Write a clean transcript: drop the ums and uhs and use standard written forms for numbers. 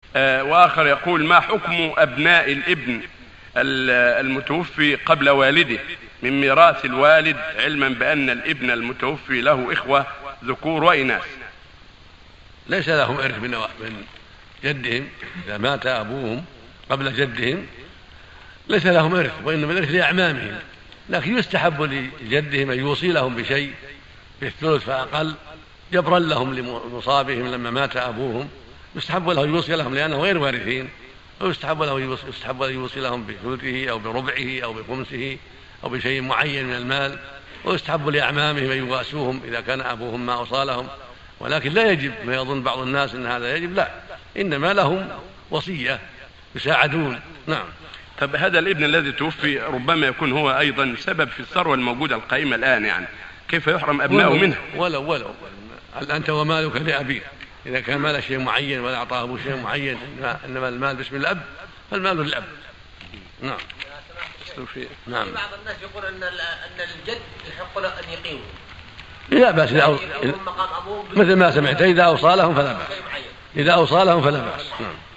وآخر يقول: ما حكم أبناء الابن المتوفي قبل والده من ميراث الوالد، علما بأن الابن المتوفي له إخوة ذكور وإناث؟ ليس لهم إرث من جدهم. إذا مات أبوهم قبل جدهم ليس لهم إرث، وإنما الإرث لأعمامهم، لكن يستحب لجدهم أن يوصي لهم بشيء بالثلث فأقل جبرا لهم لمصابهم لما مات أبوهم. يستحب له يوصي لهم لأنهم غير وارثين، ويستحب له يوصي لهم بثلثه أو بربعه أو بخمسه أو بشيء معين من المال. ويستحب لأعمامهم أن يواسوهم إذا كان أبوهم ما أوصى لهم، ولكن لا يجب ما يظن بعض الناس أن هذا يجب، لا، إنما لهم وصية يساعدون. نعم. طب هذا الابن الذي توفي ربما يكون هو أيضا سبب في الثروة الموجودة القائمة الآن، يعني كيف يحرم أبناؤه منه؟ ولو أنت ومالك لأبيك، إذا كان مال شيء معين ولا أعطاه أبوه شيء معين، إنما المال باسم الأب فالمال للأب. نعم. نعم. بعض الناس يقول أن الجد يحق له أن يقيم. لا بأس، مثل ما سمعت إذا أوصى لهم فلا بأس.